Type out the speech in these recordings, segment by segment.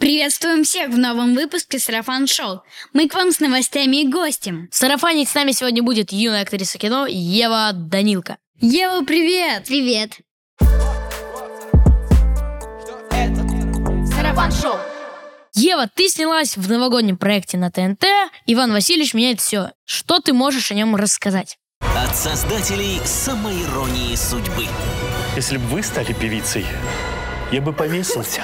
Приветствуем всех в новом выпуске Сарафан Шоу. Мы к вам с новостями и гостем. В сарафане с нами сегодня будет юная актриса кино Ева Данилко. Ева, привет! Привет! Сарафан Шоу. Ева, ты снялась в новогоднем проекте на ТНТ «Иван Васильевич меняет все». Что ты можешь о нем рассказать? От создателей самоиронии судьбы. Если бы вы стали певицей, я бы повесился.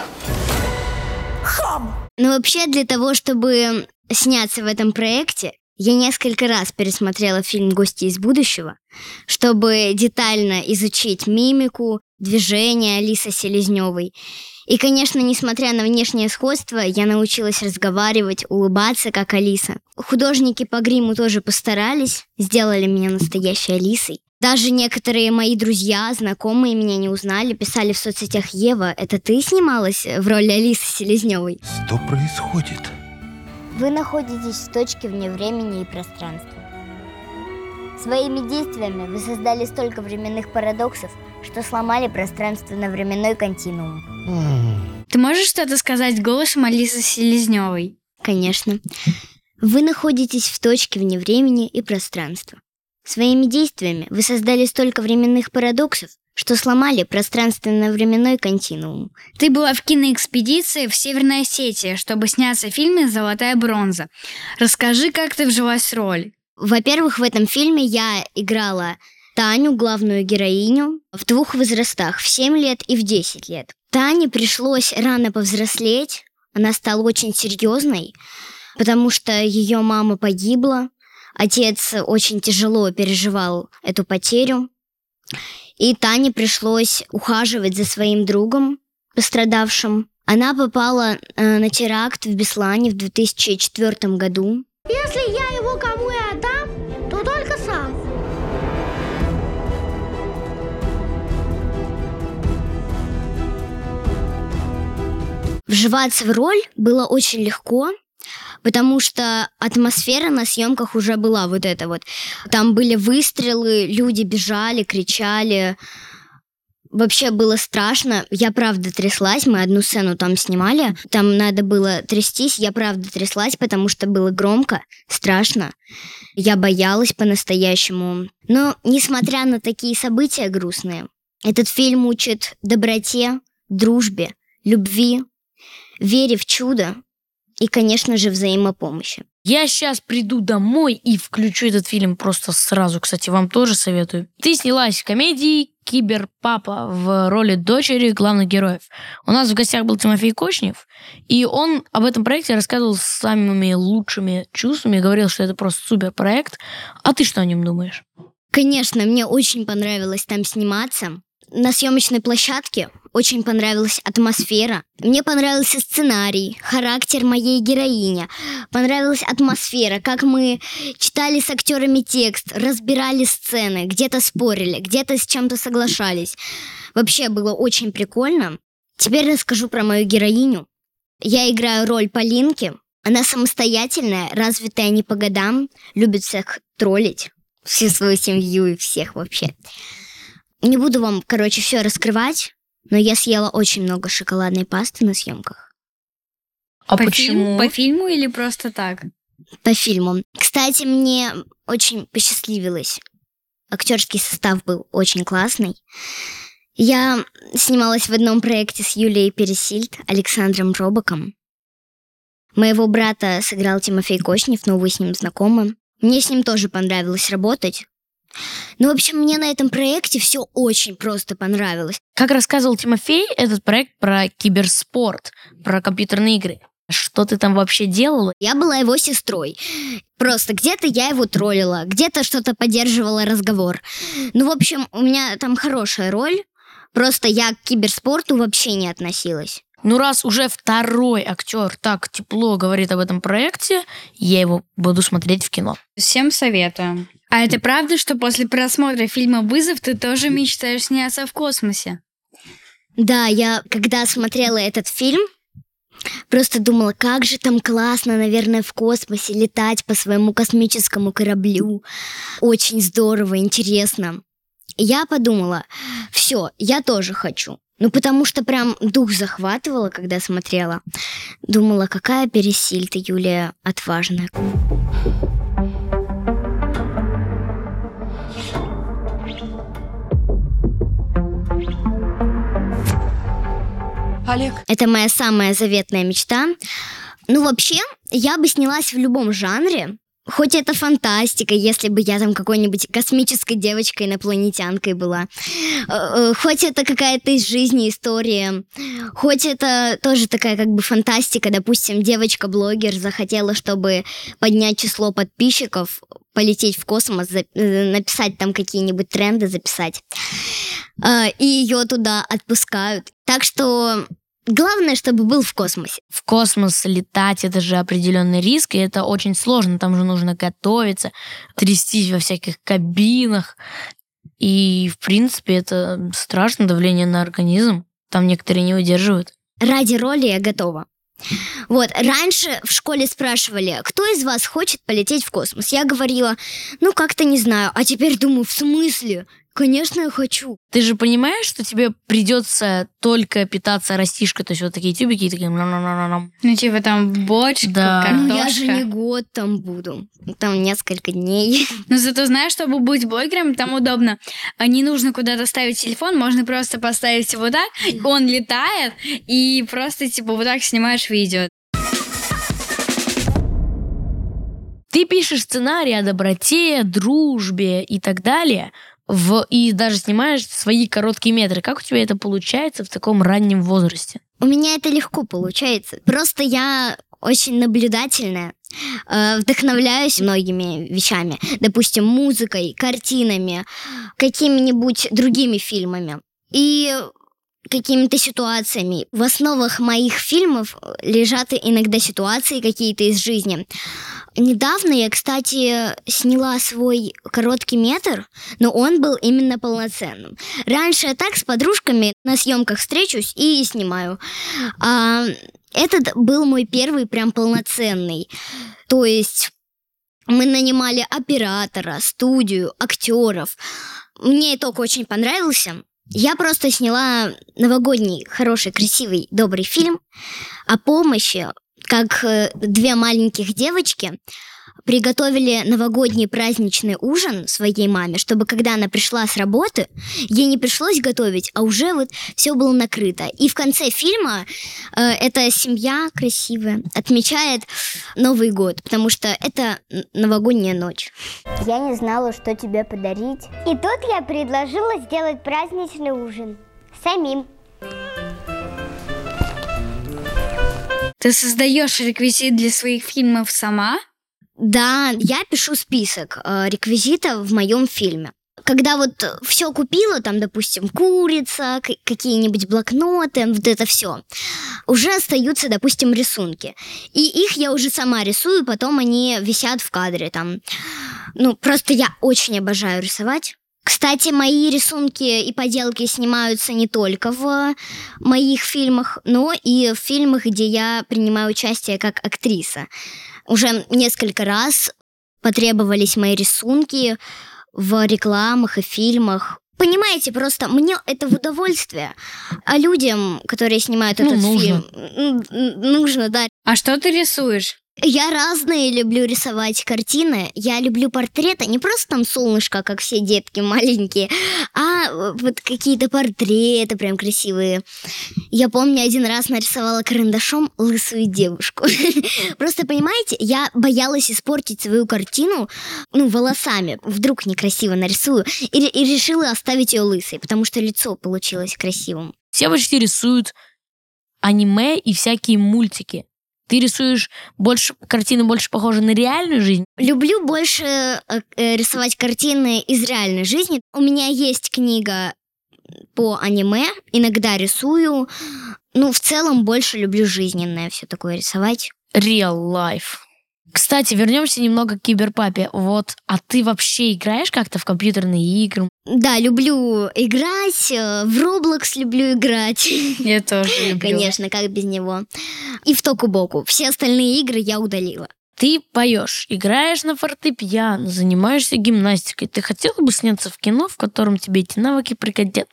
Ну, вообще, для того, чтобы сняться в этом проекте, я несколько раз пересмотрела фильм «Гости из будущего», чтобы детально изучить мимику, движения Алисы Селезневой. И, конечно, несмотря на внешнее сходство, я научилась разговаривать, улыбаться, как Алиса. Художники по гриму тоже постарались, сделали меня настоящей Алисой. Даже некоторые мои друзья, знакомые меня не узнали, писали в соцсетях: «Ева, это ты снималась в роли Алисы Селезневой?» Что происходит? Вы находитесь в точке вне времени и пространства. Своими действиями вы создали столько временных парадоксов, что сломали пространственно-временной континуум. Ты можешь что-то сказать голосом Алисы Селезневой? Конечно. Вы находитесь в точке вне времени и пространства. Своими действиями вы создали столько временных парадоксов, что сломали пространственно-временной континуум. Ты была в киноэкспедиции в Северной Осетии, чтобы сняться в фильме «Золотая бронза». Расскажи, как ты вжилась в роль. Во-первых, в этом фильме я играла Таню, главную героиню, в двух возрастах, в 7 лет и в 10 лет. Тане пришлось рано повзрослеть, она стала очень серьезной, потому что ее мама погибла, отец очень тяжело переживал эту потерю, и Тане пришлось ухаживать за своим другом, пострадавшим. Она попала на теракт в Беслане в 2004 году. Если я его кому и отдам, то только сам. Вживаться в роль было очень легко, потому что атмосфера на съемках уже была вот эта вот. Там были выстрелы, люди бежали, кричали. Вообще было страшно. Я правда тряслась, мы одну сцену там снимали. Там надо было трястись, я правда тряслась, потому что было громко, страшно. Я боялась по-настоящему. Но, несмотря на такие события грустные, этот фильм учит доброте, дружбе, любви, вере в чудо и, конечно же, взаимопомощи. Я сейчас приду домой и включу этот фильм просто сразу. Кстати, вам тоже советую. Ты снялась в комедии «Киберпапа» в роли дочери главных героев. У нас в гостях был Тимофей Кочнев, и он об этом проекте рассказывал с самыми лучшими чувствами, говорил, что это просто супер проект. А ты что о нем думаешь? Конечно, мне очень понравилось там сниматься. На съемочной площадке очень понравилась атмосфера. Мне понравился сценарий, характер моей героини. Понравилась атмосфера, как мы читали с актерами текст, разбирали сцены, где-то спорили, где-то с чем-то соглашались. Вообще было очень прикольно. Теперь расскажу про мою героиню. Я играю роль Полинки. Она самостоятельная, развитая не по годам, любит всех троллить, всю свою семью и всех вообще. Не буду вам, все раскрывать, но я съела очень много шоколадной пасты на съемках. А почему? По фильму или просто так? По фильму. Кстати, мне очень посчастливилось. Актерский состав был очень классный. Я снималась в одном проекте с Юлией Пересильд, Александром Робоком. Моего брата сыграл Тимофей Кочнев, но вы с ним знакомы. Мне с ним тоже понравилось работать. Ну, в общем, мне на этом проекте все очень просто понравилось. Как рассказывал Тимофей, этот проект про киберспорт, про компьютерные игры. Что ты там вообще делала? Я была его сестрой. Просто где-то я его троллила, где-то что-то поддерживала разговор. Ну, в общем, у меня там хорошая роль. Просто я к киберспорту вообще не относилась. Ну, раз уже второй актер так тепло говорит об этом проекте, я его буду смотреть в кино. Всем советую. А это правда, что после просмотра фильма «Вызов» ты тоже мечтаешь сняться в космосе? Да, я когда смотрела этот фильм, просто думала, как же там классно, наверное, в космосе летать по своему космическому кораблю. Очень здорово, интересно. И я подумала, все, я тоже хочу. Ну, потому что прям дух захватывало, когда смотрела. Думала, какая пересиль ты, Юлия, отважная. Олег. Это моя самая заветная мечта. Ну, вообще, я бы снялась в любом жанре. Хоть это фантастика, если бы я там какой-нибудь космической девочкой-инопланетянкой была. Хоть это какая-то из жизни история. Хоть это тоже такая как бы фантастика. Допустим, девочка-блогер захотела, чтобы поднять число подписчиков, полететь в космос, написать там какие-нибудь тренды, записать. И ее туда отпускают. Так что главное, чтобы был в космосе. В космос летать — это же определенный риск, и это очень сложно. Там же нужно готовиться, трястись во всяких кабинах. И, в принципе, это страшно, давление на организм. Там некоторые не выдерживают. Ради роли я готова. Вот, раньше в школе спрашивали, кто из вас хочет полететь в космос? Я говорила, ну как-то не знаю. А теперь думаю, в смысле? Конечно, я хочу. Ты же понимаешь, что тебе придется только питаться растишкой, то есть вот такие тюбики, и такие... Ну, типа там бочка, Да. картошка. Ну я же не год там буду. Там несколько дней. Но зато знаешь, чтобы быть блогером, там удобно. Не нужно куда-то ставить телефон, можно просто поставить его так, он летает, и просто типа вот так снимаешь видео. Ты пишешь сценарий о доброте, дружбе и так далее, и даже снимаешь свои короткие метры. Как у тебя это получается в таком раннем возрасте? У меня это легко получается. Просто я очень наблюдательная. Вдохновляюсь многими вещами. Допустим, музыкой, картинами, какими-нибудь другими фильмами. И какими-то ситуациями. В основах моих фильмов лежат иногда ситуации какие-то из жизни. Недавно я, кстати, сняла свой короткий метр, но он был именно полноценным. Раньше я так с подружками на съемках встречусь и снимаю. А этот был мой первый прям полноценный. То есть мы нанимали оператора, студию, актеров. Мне итог очень понравился. Я просто сняла новогодний, хороший, красивый, добрый фильм о помощи, как две маленьких девочки приготовили новогодний праздничный ужин своей маме, чтобы когда она пришла с работы, ей не пришлось готовить, а уже вот все было накрыто. И в конце фильма эта семья красивая отмечает Новый год, потому что это новогодняя ночь. Я не знала, что тебе подарить. И тут я предложила сделать праздничный ужин. Самим. Ты создаешь реквизит для своих фильмов сама? Да, я пишу список реквизита в моем фильме. Когда вот все купила, там, допустим, курица, какие-нибудь блокноты, вот это все, уже остаются, допустим, рисунки. И их я уже сама рисую, потом они висят в кадре там. Ну, просто я очень обожаю рисовать. Кстати, мои рисунки и поделки снимаются не только в моих фильмах, но и в фильмах, где я принимаю участие как актриса. Уже несколько раз потребовались мои рисунки в рекламах и фильмах. Понимаете, просто мне это в удовольствие. А людям, которые снимают этот фильм, нужно, да. А что ты рисуешь? Я разные люблю рисовать картины. Я люблю портреты, не просто там солнышко, как все детки маленькие, а вот какие-то портреты прям красивые. Я помню, один раз нарисовала карандашом лысую девушку. Просто, понимаете, я боялась испортить свою картину, волосами. Вдруг некрасиво нарисую. И решила оставить ее лысой, потому что лицо получилось красивым. Все почти рисуют аниме и всякие мультики. Ты рисуешь картины больше похожие на реальную жизнь? Люблю больше рисовать картины из реальной жизни. У меня есть книга по аниме, иногда рисую. В целом больше люблю жизненное все такое рисовать. Real life. Кстати, вернемся немного к Киберпапе. А ты вообще играешь как-то в компьютерные игры? Да, люблю играть, в Roblox люблю играть. Я тоже люблю. Конечно, как без него. И в Току-Боку. Все остальные игры я удалила. Ты поешь, играешь на фортепиано, занимаешься гимнастикой. Ты хотела бы сняться в кино, в котором тебе эти навыки пригодятся?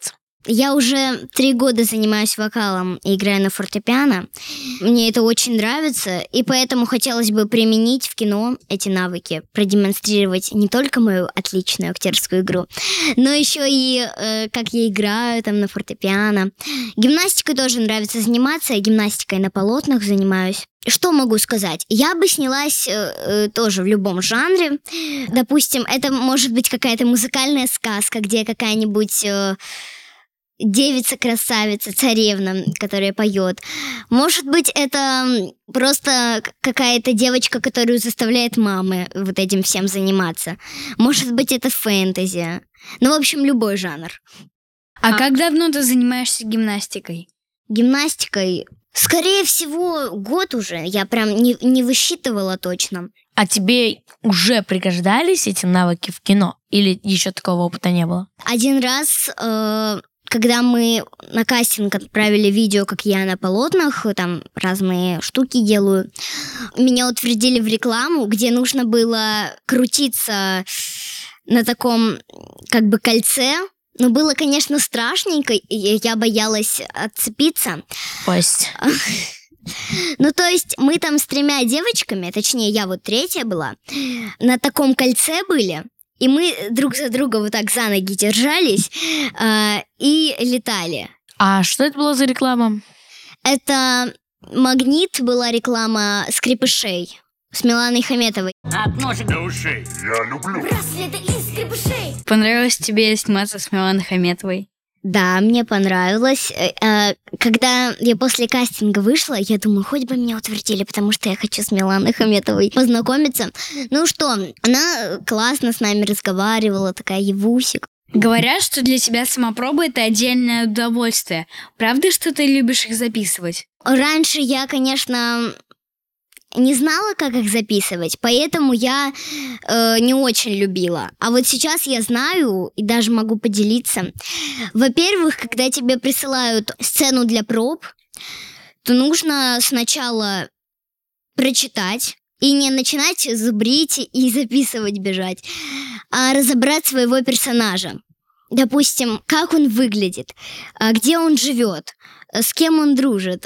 Я уже 3 года занимаюсь вокалом и играю на фортепиано. Мне это очень нравится, и поэтому хотелось бы применить в кино эти навыки, продемонстрировать не только мою отличную актерскую игру, но еще и как я играю там на фортепиано. Гимнастикой тоже нравится заниматься, я гимнастикой на полотнах занимаюсь. Что могу сказать? Я бы снялась тоже в любом жанре. Допустим, это может быть какая-то музыкальная сказка, где какая-нибудь девица-красавица, царевна, которая поет. Может быть, это просто какая-то девочка, которую заставляет мамы вот этим всем заниматься. Может быть, это фэнтези. Ну, в общем, любой жанр. А как давно ты занимаешься гимнастикой? Гимнастикой, скорее всего, год уже. Я прям не высчитывала точно. А тебе уже пригождались эти навыки в кино? Или еще такого опыта не было? Один раз, когда мы на кастинг отправили видео, как я на полотнах, там разные штуки делаю, меня утвердили в рекламу, где нужно было крутиться на таком как бы кольце. Но было, конечно, страшненько, и я боялась отцепиться. Пасть. Ну, то есть мы там с 3 девочками, точнее, я вот 3-я была, на таком кольце были, и мы друг за друга вот так за ноги держались и летали. А что это была за реклама? Это «Магнит», была реклама «Скрепышей» с Миланой Хаметовой. Понравилось тебе сниматься с Миланой Хаметовой? Да, мне понравилось. Когда я после кастинга вышла, я думаю, хоть бы меня утвердили, потому что я хочу с Миланой Хаметовой познакомиться. Ну что, она классно с нами разговаривала, такая Евусик. Говорят, что для тебя самопробы — это отдельное удовольствие. Правда, что ты любишь их записывать? Раньше я, конечно, не знала, как их записывать, поэтому я не очень любила. А вот сейчас я знаю и даже могу поделиться. Во-первых, когда тебе присылают сцену для проб, то нужно сначала прочитать и не начинать зубрить и записывать, бежать, а разобрать своего персонажа. Допустим, как он выглядит, где он живет, с кем он дружит,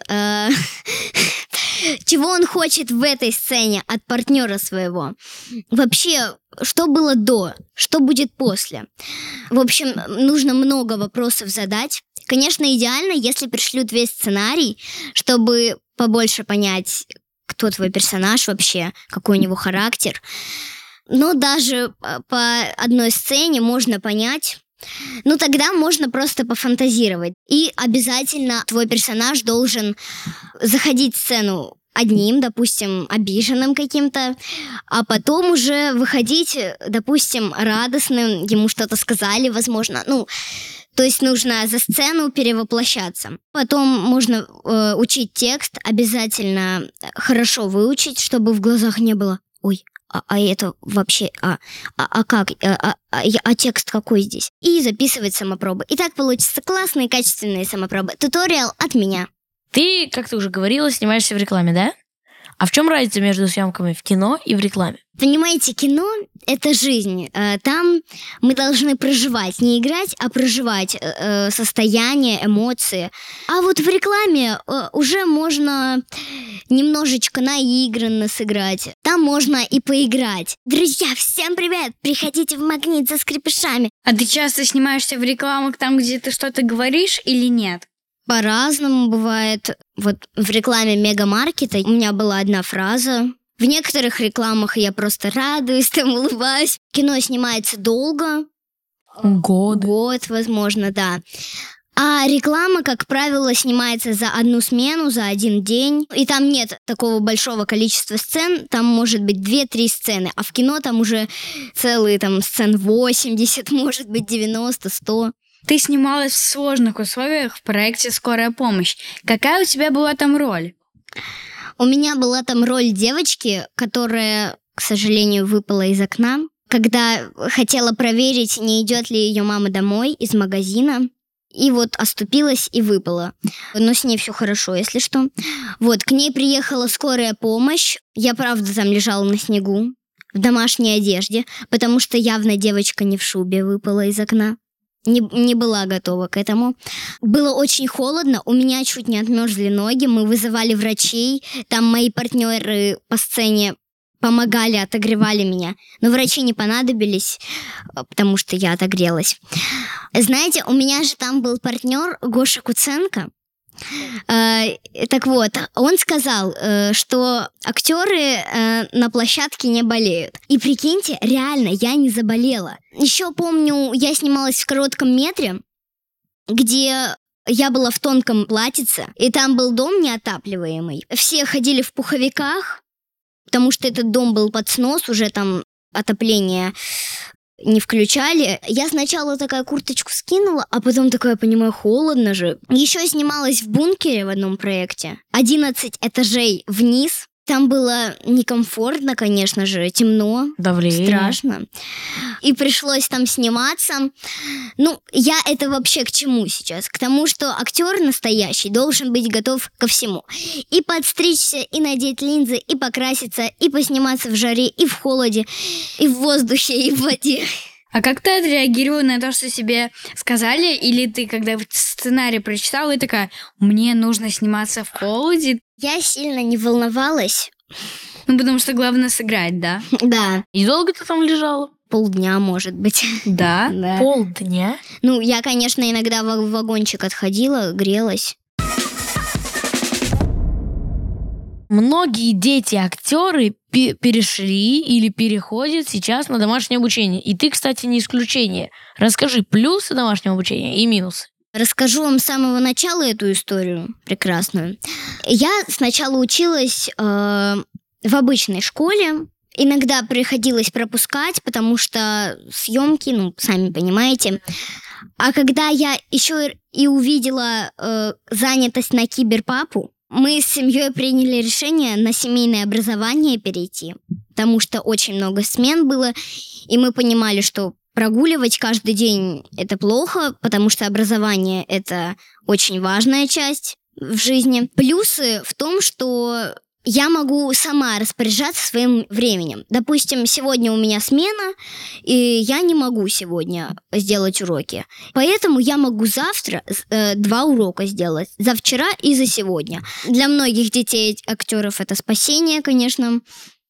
чего он хочет в этой сцене от партнера своего. Вообще, что было до, что будет после. В общем, нужно много вопросов задать. Конечно, идеально, если пришлют весь сценарий, чтобы побольше понять, кто твой персонаж вообще, какой у него характер. Но даже по одной сцене можно понять. Ну, тогда можно просто пофантазировать. И обязательно твой персонаж должен заходить в сцену одним, допустим, обиженным каким-то, а потом уже выходить, допустим, радостным, ему что-то сказали, возможно. Ну, то есть нужно за сцену перевоплощаться. Потом можно учить текст, обязательно хорошо выучить, чтобы в глазах не было «Ой, а это вообще, как, текст какой здесь?» И записывать самопробы. И так получатся классные, качественные самопробы. Туториал от меня. Ты, как ты уже говорила, снимаешься в рекламе, да? А в чем разница между съемками в кино и в рекламе? Понимаете, кино — это жизнь. Там мы должны проживать, не играть, а проживать состояние, эмоции. А вот в рекламе уже можно немножечко наигранно сыграть. Там можно и поиграть. Друзья, всем привет! Приходите в «Магнит» за скрепышами. А ты часто снимаешься в рекламах там, где ты что-то говоришь или нет? По-разному бывает. Вот в рекламе Мегамаркета у меня была одна фраза. В некоторых рекламах я просто радуюсь, там улыбаюсь. Кино снимается долго. Год, возможно, да. А реклама, как правило, снимается за одну смену, за один день. И там нет такого большого количества сцен. Там может быть 2-3 сцены. А в кино там уже целые там сцен 80, может быть 90, 100. Ты снималась в сложных условиях в проекте «Скорая помощь». Какая у тебя была там роль? У меня была там роль девочки, которая, к сожалению, выпала из окна, когда хотела проверить, не идет ли ее мама домой из магазина. И вот оступилась и выпала. Но с ней все хорошо, если что. Вот, к ней приехала скорая помощь. Я, правда, там лежала на снегу, в домашней одежде, потому что явно девочка не в шубе выпала из окна. не была готова к этому. Было очень холодно, у меня чуть не отмерзли ноги, мы вызывали врачей, там мои партнеры по сцене помогали, отогревали меня. Но врачи не понадобились, потому что я отогрелась. Знаете, у меня же там был партнер Гоша Куценко. Так вот, он сказал, что актеры на площадке не болеют. И прикиньте, реально, я не заболела. Еще помню, я снималась в «Коротком метре», где я была в тонком платьице, и там был дом неотапливаемый. Все ходили в пуховиках, потому что этот дом был под снос, уже там отопление не включали. Я сначала такая курточку скинула, а потом такая, понимаю, холодно же. Еще снималась в бункере в одном проекте. 11 этажей вниз. Там было некомфортно, конечно же, темно, Давление. страшно. И пришлось там сниматься. Ну, я это вообще к чему сейчас? К тому, что актер настоящий должен быть готов ко всему. И подстричься, и надеть линзы, и покраситься, и посниматься в жаре, и в холоде, и в воздухе, и в воде. А как ты отреагировала на то, что тебе сказали? Или ты, когда сценарий прочитала, и такая, мне нужно сниматься в холоде? Я сильно не волновалась. Ну, потому что главное сыграть, да? Да, И долго ты там лежала? полдня, может быть. Да. Да. Полдня? Ну, я, конечно, иногда в вагончик отходила, грелась. Многие дети-актеры перешли или переходят сейчас на домашнее обучение. И ты, кстати, не исключение. Расскажи плюсы домашнего обучения и минусы. Расскажу вам с самого начала эту историю прекрасную. Я сначала училась в обычной школе. Иногда приходилось пропускать, потому что съемки, ну, сами понимаете. А когда я еще и увидела занятость на киберпапу, мы с семьей приняли решение на семейное образование перейти, потому что очень много смен было, и мы понимали, что прогуливать каждый день – это плохо, потому что образование – это очень важная часть в жизни. Плюсы в том, что я могу сама распоряжаться своим временем. Допустим, сегодня у меня смена, и я не могу сегодня сделать уроки. Поэтому я могу завтра 2 урока сделать. За вчера и за сегодня. Для многих детей-актеров это спасение, конечно.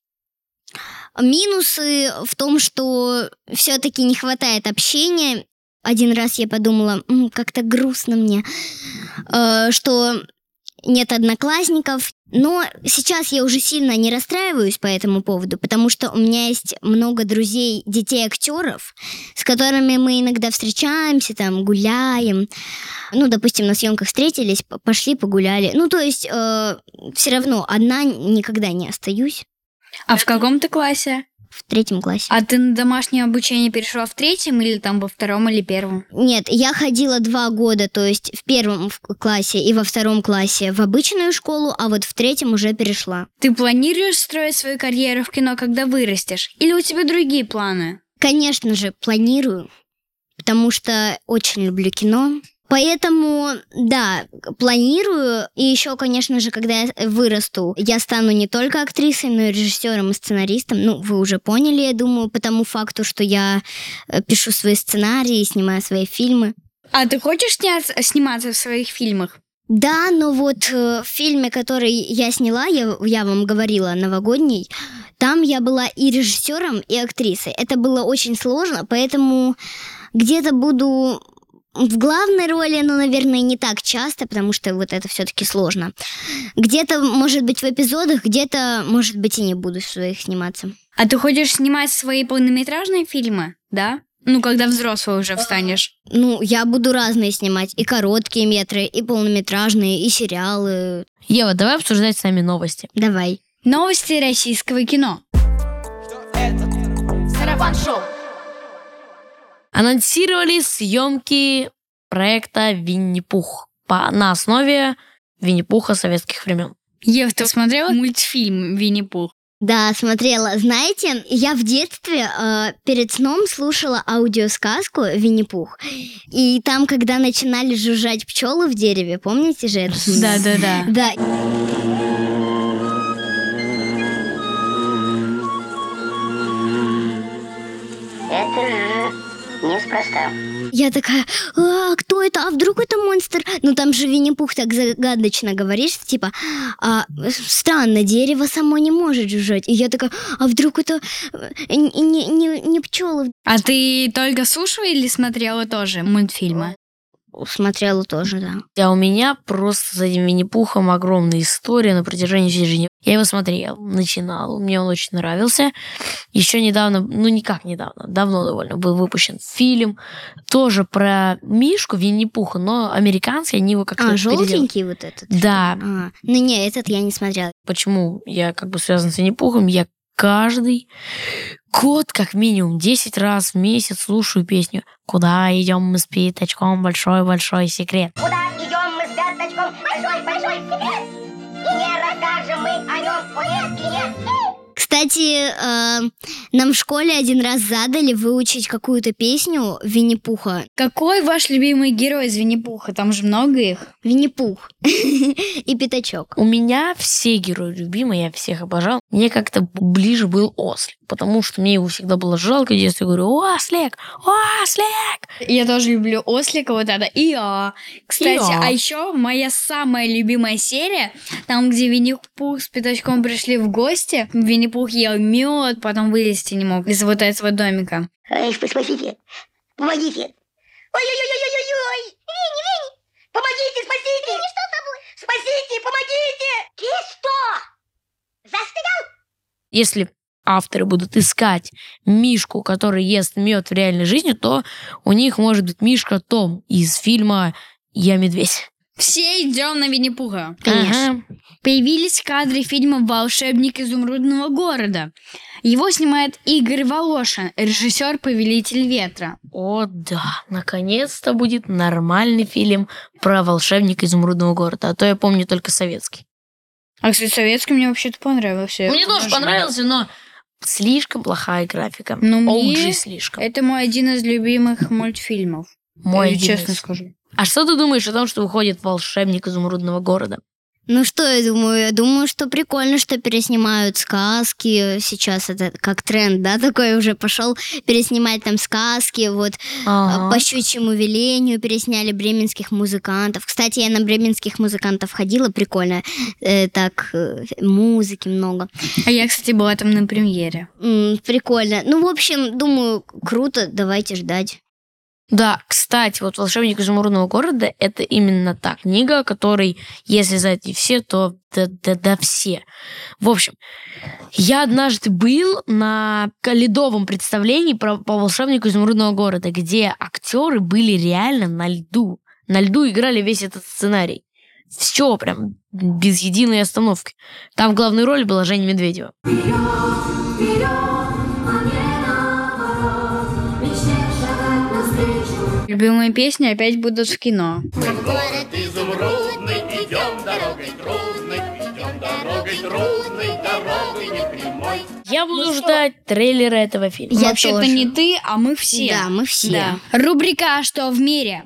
Минусы в том, что все-таки не хватает общения. Один раз я подумала, как-то грустно мне, что нет одноклассников. Но сейчас я уже сильно не расстраиваюсь по этому поводу, потому что у меня есть много друзей, детей-актеров, с которыми мы иногда встречаемся, там, гуляем. Ну, допустим, на съемках встретились, пошли погуляли. Ну, то есть, все равно одна никогда не остаюсь. А в каком ты классе? В 3 классе. А ты на домашнее обучение перешла в 3 или там во 2 или 1? Нет, я ходила 2 года, то есть в 1 классе и во 2 классе в обычную школу, а вот в 3 уже перешла. Ты планируешь строить свою карьеру в кино, когда вырастешь? Или у тебя другие планы? Конечно же, планирую, потому что очень люблю кино. Поэтому, да, планирую. И еще, конечно же, когда я вырасту, я стану не только актрисой, но и режиссером и сценаристом. Ну, вы уже поняли, я думаю, по тому факту, что я пишу свои сценарии, снимаю свои фильмы. А ты хочешь сниматься в своих фильмах? Да, но вот в фильме, который я сняла, я вам говорила, новогодний, там я была и режиссером, и актрисой. Это было очень сложно, поэтому где-то буду в главной роли, но, наверное, не так часто, потому что вот это все-таки сложно. Где-то, может быть, в эпизодах, где-то, может быть, и не буду в своих сниматься. А ты хочешь снимать свои полнометражные фильмы, да? Ну, когда взрослый уже встанешь. Ну, я буду разные снимать. И короткие метры, и полнометражные, и сериалы. Ева, давай обсуждать с нами новости. Давай. Новости российского кино. Сарафан-шоу. Анонсировали съемки проекта «Винни-Пух» на основе Винни-Пуха советских времен. Ев, ты смотрела мультфильм «Винни-Пух»? Да, смотрела. Знаете, я в детстве перед сном слушала аудиосказку «Винни-Пух». И там, когда начинали жужжать пчелы в дереве, помните же это? Да. Да. Это же неспроста. Я такая, кто это? А вдруг это монстр? Ну, там же Винни-Пух так загадочно говоришь, типа, странно, дерево само не может жужжать. И я такая, а вдруг это не пчелы? А ты только слушала или смотрела тоже мультфильмы? Смотрела тоже, да. А у меня просто с этим Винни-Пухом огромная история на протяжении всей жизни. Я его смотрел, начинал, мне он очень нравился. Еще недавно, никак недавно, давно довольно, был выпущен фильм тоже про Мишку Винни-Пуха, но американский, они его как-то желтенький вот этот? Да. Не, этот я не смотрела. Почему я как бы связан с Винни-Пухом? Я каждый год, как минимум, 10 раз в месяц слушаю песню «Куда идем мы с пятачком, большой-большой секрет». Куда идем мы с пятачком? Большой-большой секрет! И не расскажем мы о нем. Нет. Кстати, нам в школе один раз задали выучить какую-то песню Винни-Пуха. Какой ваш любимый герой из Винни-Пуха? Там же много их. Винни-Пух и Пятачок. У меня все герои любимые, я всех обожал. Мне как-то ближе был Ослик, потому что мне его всегда было жалко. В детстве говорю, Ослик! Я тоже люблю Ослика, вот это. Кстати, а еще моя самая любимая серия, там, где Винни-Пух с Пятачком пришли в гости. Винни-Пух ел мед, потом вылезти не мог из вот этого домика. Спасите! Помогите! Ой-ой-ой-ой-ой-ой! Винни! Помогите, спасите! Винни, что с тобой? Спасите, помогите! Ты что? Застрял? Если авторы будут искать Мишку, который ест мед в реальной жизни, то у них может быть Мишка Том из фильма «Я медведь». Все идем на Винни-Пуха. Конечно. Появились кадры фильма «Волшебник изумрудного города». Его снимает Игорь Волошин, режиссер «Повелитель ветра». О, да, наконец-то будет нормальный фильм про волшебника изумрудного города, а то я помню только советский. А, кстати, советский мне вообще-то понравился. Мне тоже понравился, но слишком плохая графика. Мне OG слишком. это мой один из любимых мультфильмов. Мой честно скажу. А что ты думаешь о том, что выходит волшебник изумрудного города? Ну что я думаю? Я думаю, что прикольно, что переснимают сказки. Сейчас это как тренд, да, такой уже пошел. Переснимать там сказки, вот по щучьему велению пересняли бременских музыкантов. Кстати, я на бременских музыкантов ходила, прикольно. Музыки много. А я, кстати, была там на премьере. Прикольно. Ну, в общем, думаю, круто, давайте ждать. Да, кстати, вот «Волшебник изумрудного города» — это именно та книга, которой, если знать не все, то да все. В общем, я однажды был на ледовом представлении по «Волшебнику изумрудного города», где актеры были реально на льду. На льду играли весь этот сценарий. Все прям без единой остановки. Там в главной роли была Женя Медведева. Любимые песни опять будут в кино. Город изумрудный, идем дорогой трудной, дорогой непрямой. Я буду ждать трейлера этого фильма. Я Вообще-то тоже. не ты, а мы все. Да, мы все. Да. Рубрика «А что в мире?»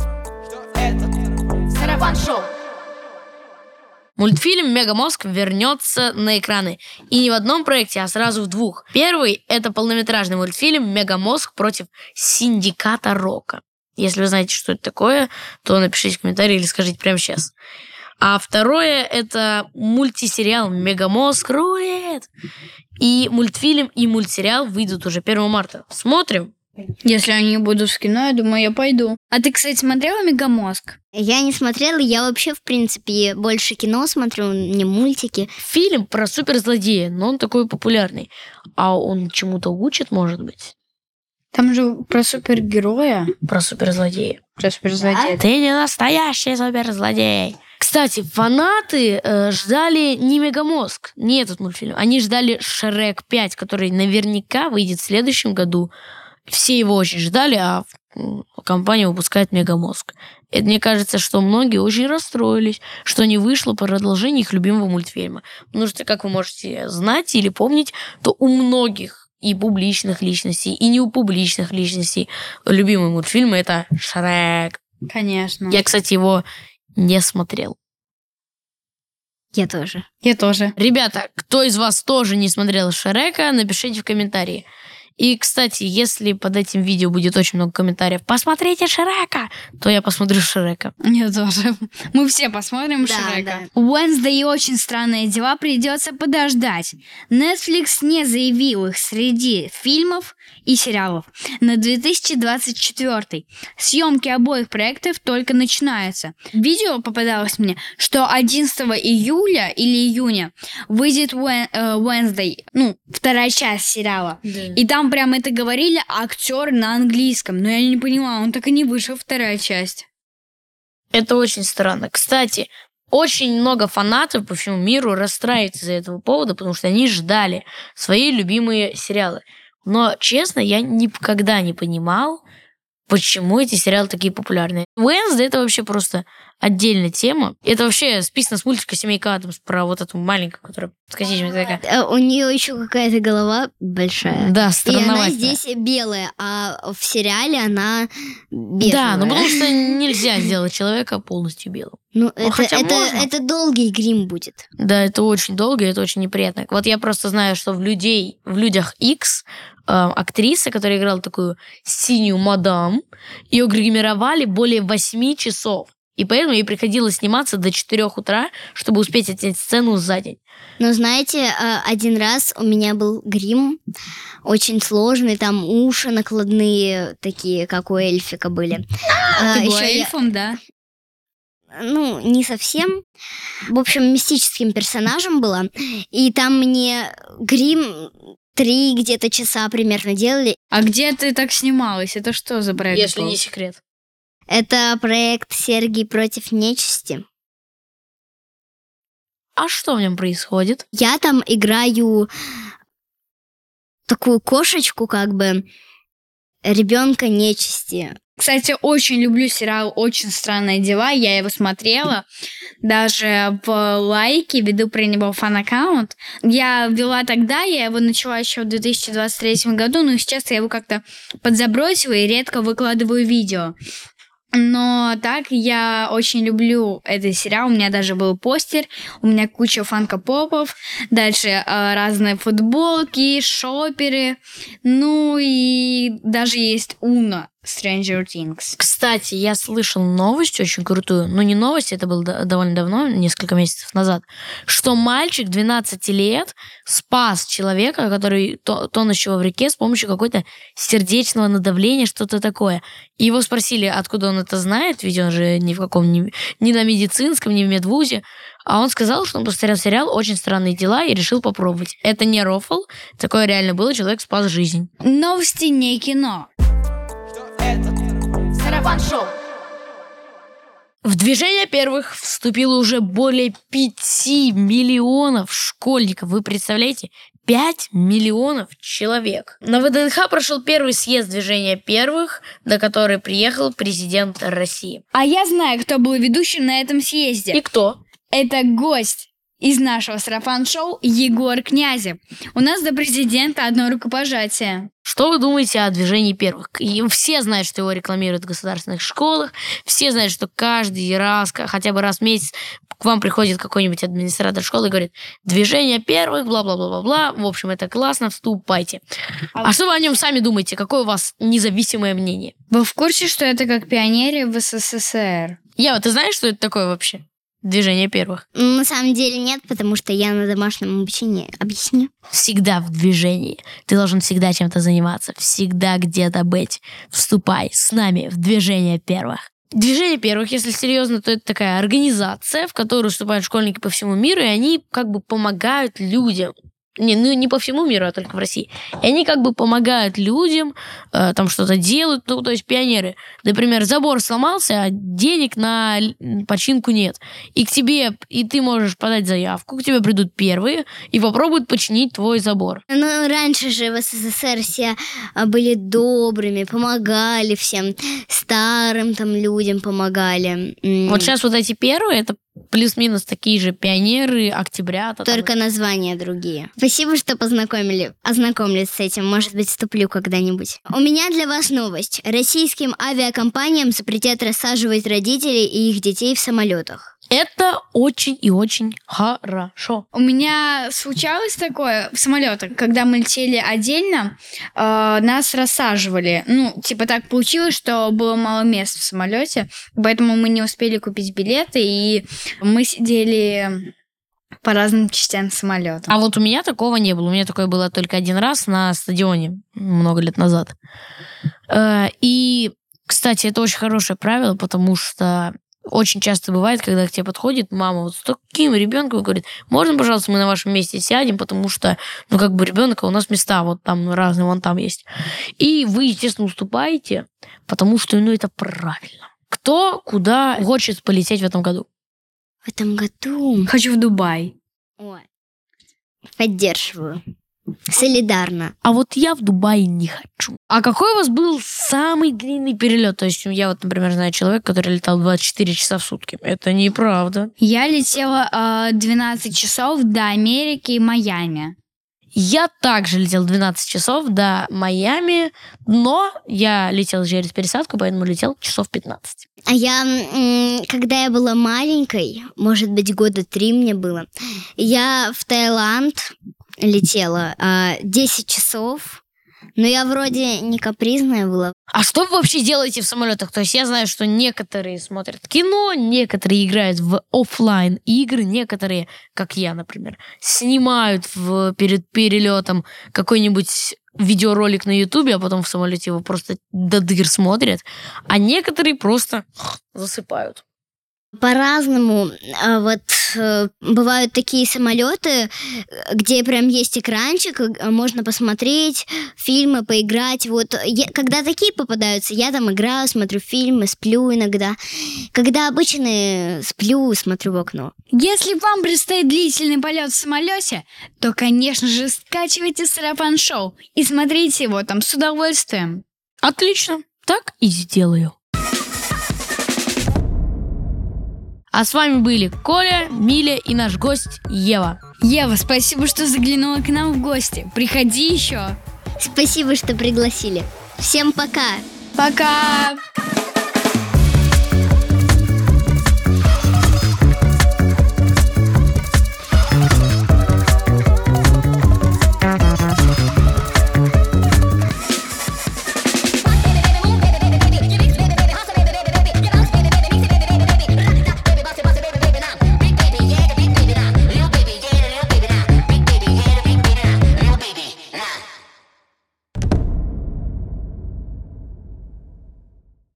Сарафан-шоу. Мультфильм «Мегамозг» вернется на экраны. И не в одном проекте, а сразу в двух. Первый — это полнометражный мультфильм «Мегамозг против Синдиката Рока». Если вы знаете, что это такое, то напишите в комментарии или скажите прямо сейчас. А второе — это мультисериал «Мегамозг рулит». И мультфильм, и мультсериал выйдут уже 1 марта. Смотрим? Если они будут в кино, я думаю, я пойду. А ты, кстати, смотрела «Мегамозг»? Я не смотрела, я вообще, в принципе, больше кино смотрю, не мультики. Фильм про суперзлодея, но он такой популярный. А он чему-то учит, может быть? Там же про супергероя. Про суперзлодея. Про суперзлодея. Ты не настоящий суперзлодей. Кстати, фанаты ждали не «Мегамозг», не этот мультфильм. Они ждали «Шрек 5», который наверняка выйдет в следующем году. Все его очень ждали, а компания выпускает «Мегамозг». Это, мне кажется, что многие очень расстроились, что не вышло продолжение их любимого мультфильма. Потому что, как вы можете знать или помнить, то у многих и публичных личностей, и не у публичных личностей любимый мультфильм — это «Шрек». Конечно. Я, кстати, его не смотрел. Я тоже. Я тоже. Ребята, кто из вас тоже не смотрел «Шрека», напишите в комментарии. И, кстати, если под этим видео будет очень много комментариев «Посмотрите Шрека!», то я посмотрю Шрека. Я тоже. Мы все посмотрим Шрека. Уэнсдей и очень странные дела придется подождать. Netflix не заявил их среди фильмов и сериалов на 2024. Съемки обоих проектов только начинаются. Видео попадалось мне, что 11 июля или июня выйдет Уэнсдей, вторая часть сериала. Да. И там прям это говорили актеры на английском. Но я не поняла, он так и не вышел, вторая часть. Это очень странно. Кстати, очень много фанатов по всему миру расстраиваются из-за этого повода, потому что они ждали свои любимые сериалы. Но, честно, я никогда не понимал, почему эти сериалы такие популярные. Уэнсдей — это вообще просто отдельная тема. Это вообще списано с мультика «Семейка Адамс» про вот эту маленькую, которая с косичками такая. У нее еще какая-то голова большая. Да, странноватая. И она здесь белая, а в сериале она бежевая. Да, потому что нельзя сделать человека полностью белым. Это долгий грим будет. Да, это очень долго, и это очень неприятно. Вот я просто знаю, что в «Людях Икс» актриса, которая играла такую синюю мадам, ее гримировали более 8 часов. И поэтому ей приходилось сниматься до 4 утра, чтобы успеть эту сцену за день. Но знаете, один раз у меня был грим очень сложный, там уши накладные, такие, как у эльфика были. Ты была эльфом, да? Не совсем. В общем, мистическим персонажем была. И там мне грим 3 где-то часа примерно делали. А где ты так снималась? Это что за проект? Если не секрет. Это проект «Сергий против нечисти». А что в нем происходит? Я там играю такую кошечку, как бы, ребенка нечисти. Кстати, очень люблю сериал «Очень странные дела». Я его смотрела. Даже в лайке веду про него фан-аккаунт. Я вела тогда, я его начала еще в 2023 году, но сейчас я его как-то подзабросила и редко выкладываю видео. Но так я очень люблю этот сериал. У меня даже был постер, у меня куча фанко-попов, дальше разные футболки, шоперы, и даже есть Уно Stranger Things. Кстати, я слышал новость очень крутую, не новость, это было довольно давно, несколько месяцев назад, что мальчик 12 лет спас человека, который тонущего в реке с помощью какой-то сердечного надавления, что-то такое. И его спросили, откуда он это знает, ведь он же ни на медицинском, ни в медвузе. А он сказал, что он посмотрел сериал «Очень странные дела» и решил попробовать. Это не рофл, такое реально было, человек спас жизнь. Новости не кино. Сарафан-шоу. В движение первых вступило уже более 5 миллионов школьников. Вы представляете? 5 миллионов человек. На ВДНХ прошел первый съезд движения первых, на который приехал президент России. А я знаю, кто был ведущим на этом съезде. И кто? Это гость из нашего сарафан-шоу Егор Князев. У нас до президента одно рукопожатие. Что вы думаете о движении первых? И все знают, что его рекламируют в государственных школах, все знают, что каждый раз, хотя бы раз в месяц к вам приходит какой-нибудь администратор школы и говорит: движение первых, бла-бла-бла-бла-бла, в общем, это классно, вступайте. А что вы о нем сами думаете? Какое у вас независимое мнение? Вы в курсе, что это как пионеры в СССР? Ева, ты знаешь, что это такое вообще? Движение первых. На самом деле нет, потому что я на домашнем обучении. Объясню. Всегда в движении. Ты должен всегда чем-то заниматься, всегда где-то быть. Вступай с нами в движение первых. Движение первых, если серьезно, то это такая организация, в которую вступают школьники по всему миру, и они как бы помогают людям. Не по всему миру, а только в России. И они как бы помогают людям, там что-то делают, то есть пионеры. Например, забор сломался, а денег на починку нет. И к тебе, и ты можешь подать заявку, к тебе придут первые и попробуют починить твой забор. Раньше же в СССР все были добрыми, помогали всем, старым там людям помогали. Вот сейчас вот эти первые, это плюс-минус такие же пионеры, октябрята. Только названия другие. Спасибо, что ознакомились с этим. Может быть, вступлю когда-нибудь. У меня для вас новость. Российским авиакомпаниям запретят рассаживать родителей и их детей в самолетах. Это очень и очень хорошо. У меня случалось такое в самолетах, когда мы летели отдельно, нас рассаживали. Так получилось, что было мало мест в самолете, поэтому мы не успели купить билеты, и мы сидели по разным частям самолета. А вот у меня такого не было. У меня такое было только один раз на стадионе много лет назад. И, кстати, это очень хорошее правило, потому что очень часто бывает, когда к тебе подходит мама вот с таким ребенком и говорит: можно, пожалуйста, мы на вашем месте сядем, потому что, ребенок, а у нас места вот там разные, вон там есть. И вы, естественно, уступаете, потому что, это правильно. Кто куда хочет полететь в этом году? В этом году... Хочу в Дубай. Ой. Поддерживаю. Солидарно. А вот я в Дубае не хочу. А какой у вас был самый длинный перелет? То есть я вот, например, знаю человека, который летал 24 часа в сутки. Это неправда. Я летела 12 часов до Америки и Майами. Я также летел 12 часов до Майами, но я летел через пересадку, поэтому летел часов 15. А я, когда я была маленькой, может быть, 3 года мне было, я в Таиланд летела 10 часов, но я вроде не капризная была. А что вы вообще делаете в самолетах? То есть я знаю, что некоторые смотрят кино, некоторые играют в офлайн игры, некоторые, как я, например, снимают перед перелетом какой-нибудь видеоролик на Ютубе, а потом в самолете его просто до дыр смотрят, а некоторые просто засыпают. По-разному. Бывают такие самолеты, где прям есть экранчик, можно посмотреть фильмы, поиграть. Когда такие попадаются, я там играю, смотрю фильмы, сплю иногда. Когда обычно сплю, смотрю в окно. Если вам предстоит длительный полет в самолете, то, конечно же, скачивайте Сарафан Шоу и смотрите его там с удовольствием. Отлично, так и сделаю. А с вами были Коля, Миля и наш гость Ева. Ева, спасибо, что заглянула к нам в гости. Приходи еще. Спасибо, что пригласили. Всем пока. Пока.